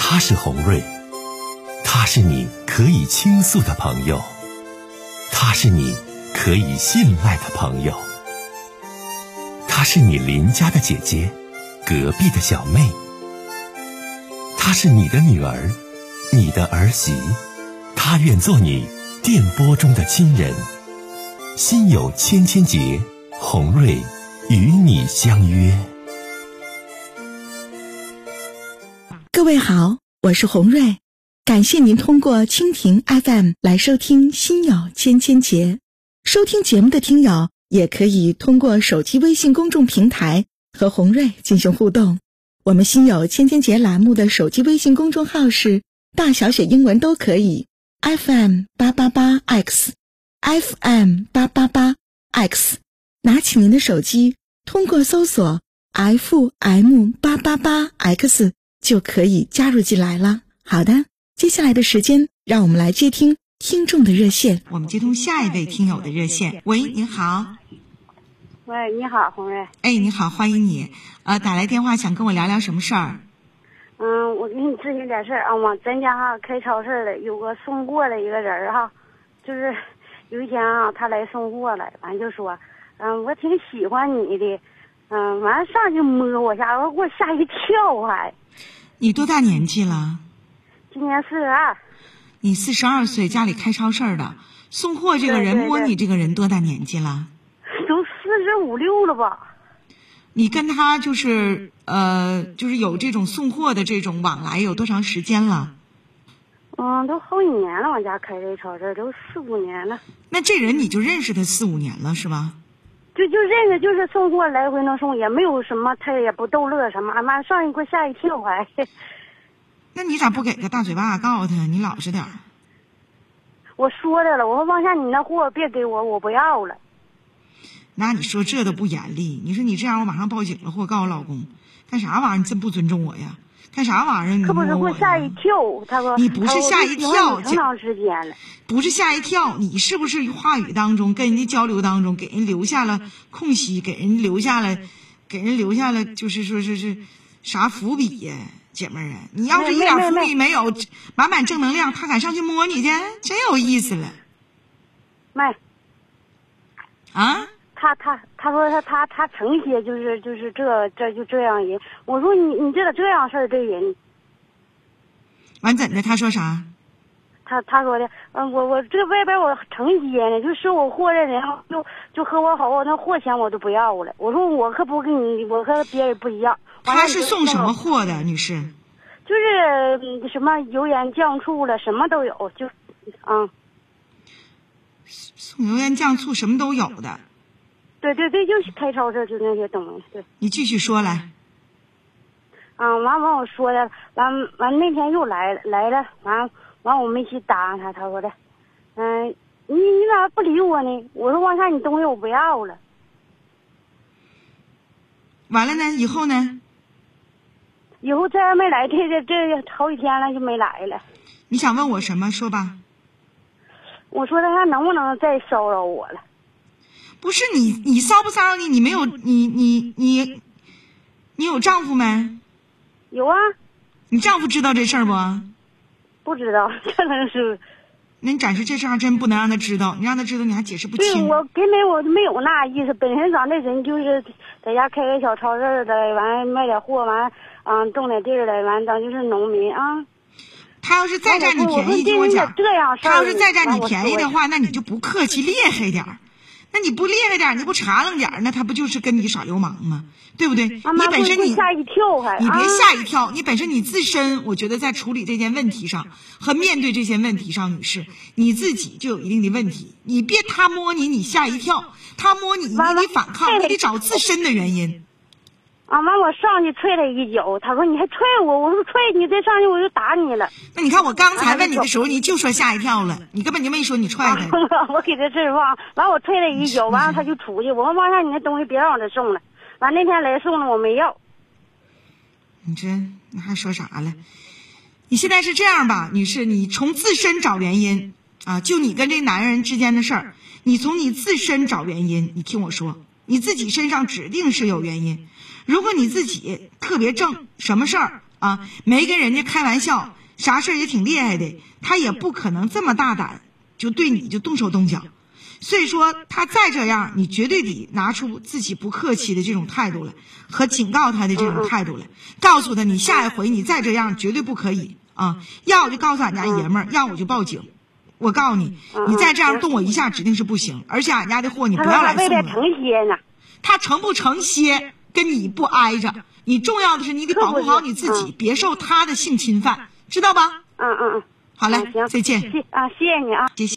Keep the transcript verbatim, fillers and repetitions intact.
他是洪瑞，他是你可以倾诉的朋友，他是你可以信赖的朋友，他是你邻家的姐姐，隔壁的小妹，他是你的女儿，你的儿媳，他愿做你电波中的亲人。心有千千结，洪瑞与你相约。 各位好，我是洪瑞，感谢您通过蜻蜓 F M 来收听心有千千结。收听节目的听友也可以通过手机微信公众平台和洪瑞进行互动。我们心有千千结栏目的手机微信公众号是大小写英文都可以 F M 八八八 X F M 八八八 X， 拿起您的手机，通过搜索 F M 八八八 X 就可以加入进来了。好的，接下来的时间让我们来接听听众的热线。 我们接通下一位听友的热线。喂，您好。 喂，你好，洪瑞。 哎，你好，欢迎你。呃，打来电话想跟我聊聊什么事儿？ 嗯，我给你咨询点事儿啊。我咱家哈开超市的，有个送货的一个人哈，就是有一天啊，他来送货了，完就说，嗯，我挺喜欢你的，嗯，完上去摸我下，我给我吓一跳还。 你多大年纪了？ 今年四十二。 你四十二岁，家里开超市的，送货这个人对对对摸你这个人多大年纪了？ 都四十五六了吧？ 你跟他就是呃，就是有这种送货的这种往来有多长时间了？ 嗯，都好几年了，我家开这超市都四五年了。 那这人你就认识他四五年了是吧？ 就就认识，就是送货来回能送，也没有什么，他也不逗乐什么，俺妈上一给我吓一跳还。 那你咋不给个大嘴巴告诉他你老实点儿？ 我说他了，我说往下你那货别给我，我不要了。 那你说这都不严厉，你说你这样我马上报警了或告我老公，干啥玩意儿？你真不尊重我呀？干啥玩意儿？你可不是给我吓一跳，他说你不是吓一跳， 挺长时间了， 不是吓一跳，你是不是话语当中跟人家交流当中给人留下了空隙，给人留下了，给人留下了就是说是是啥伏笔呀？姐妹儿啊，你要是一点伏笔没有，满满正能量，他敢上去摸你去，真有意思了。 没啊？ 他他他说他他他成些就是就是这这就这样人，我说你你这个这样事儿对人。 完怎的？他说啥？ 他他说的，嗯，我我这外边我成些呢，就收我货的人就就和我好，我那货钱我都不要了。我说我可不跟你，我和别人不一样。 他是送什么货的，女士？ 就是、嗯、什么油盐酱醋了，什么都有，就嗯。 送油盐酱醋什么都有的。 对对对，就是开超市就那些东西。对。 你继续说来。 啊，完完我说的，完完那天又来了来了，完完我没去答应他，他说的，嗯，你你咋不理我呢？我说往下你东西我不要了。 完了呢？以后呢？ 以后再没来，这这这好几天了就没来了。 你想问我什么？说吧。 我说他能不能再骚扰我了？ 不是你，你骚不骚扰你？你没有你你你，你有丈夫没？ 有啊。 你丈夫知道这事儿不？ 不知道，这能是。 那你暂时这事儿真不能让他知道，你让他知道你还解释不清。 对，我根本我没有那意思，本身咱这人就是在家开个小超市的，完卖点货，完嗯种点地儿的，完咱就是农民啊。 他要是再占你便宜，听我讲， 这样他要是再占你便宜的话，那你就不客气，厉害点儿。那你不厉害点，你不查楞点，那他不就是跟你耍流氓吗？对不对？你本身你吓一跳还， 你别吓一跳，你本身你自身，我觉得在处理这件问题上和面对这些问题上，女士，你自己就有一定的问题。你别他摸你，你吓一跳；他摸你，你得反抗，你得找自身的原因。 啊，完我上去踹他一脚，他说你还踹我，我说踹你再上去我就打你了。 那你看我刚才问你的时候，你就说吓一跳了，你根本就没说你踹他。 啊、我给他这忘，完我踹他一脚，完了他就出去，我说往下你那东西别让我这送了。完那天来送了我没要。 你这你还说啥了？你现在是这样吧，女士，你从自身找原因啊，就你跟这男人之间的事儿，你从你自身找原因。你听我说，你自己身上指定是有原因。如果你自己特别正，什么事儿啊，没跟人家开玩笑，啥事儿也挺厉害的，他也不可能这么大胆就对你就动手动脚。所以说他再这样，你绝对得拿出自己不客气的这种态度来，和警告他的这种态度来，告诉他你下一回你再这样绝对不可以啊！要我就告诉俺家爷们儿，要我就报警。我告诉你，你再这样动我一下指定是不行，而且俺家的货你不要来送了。 他成歇呢， 他成不成歇跟你不挨着，你重要的是你得保护好你自己，别受他的性侵犯，知道吧？ 嗯嗯嗯， 好嘞， 行， 再见。 谢啊，谢谢你啊， 谢谢。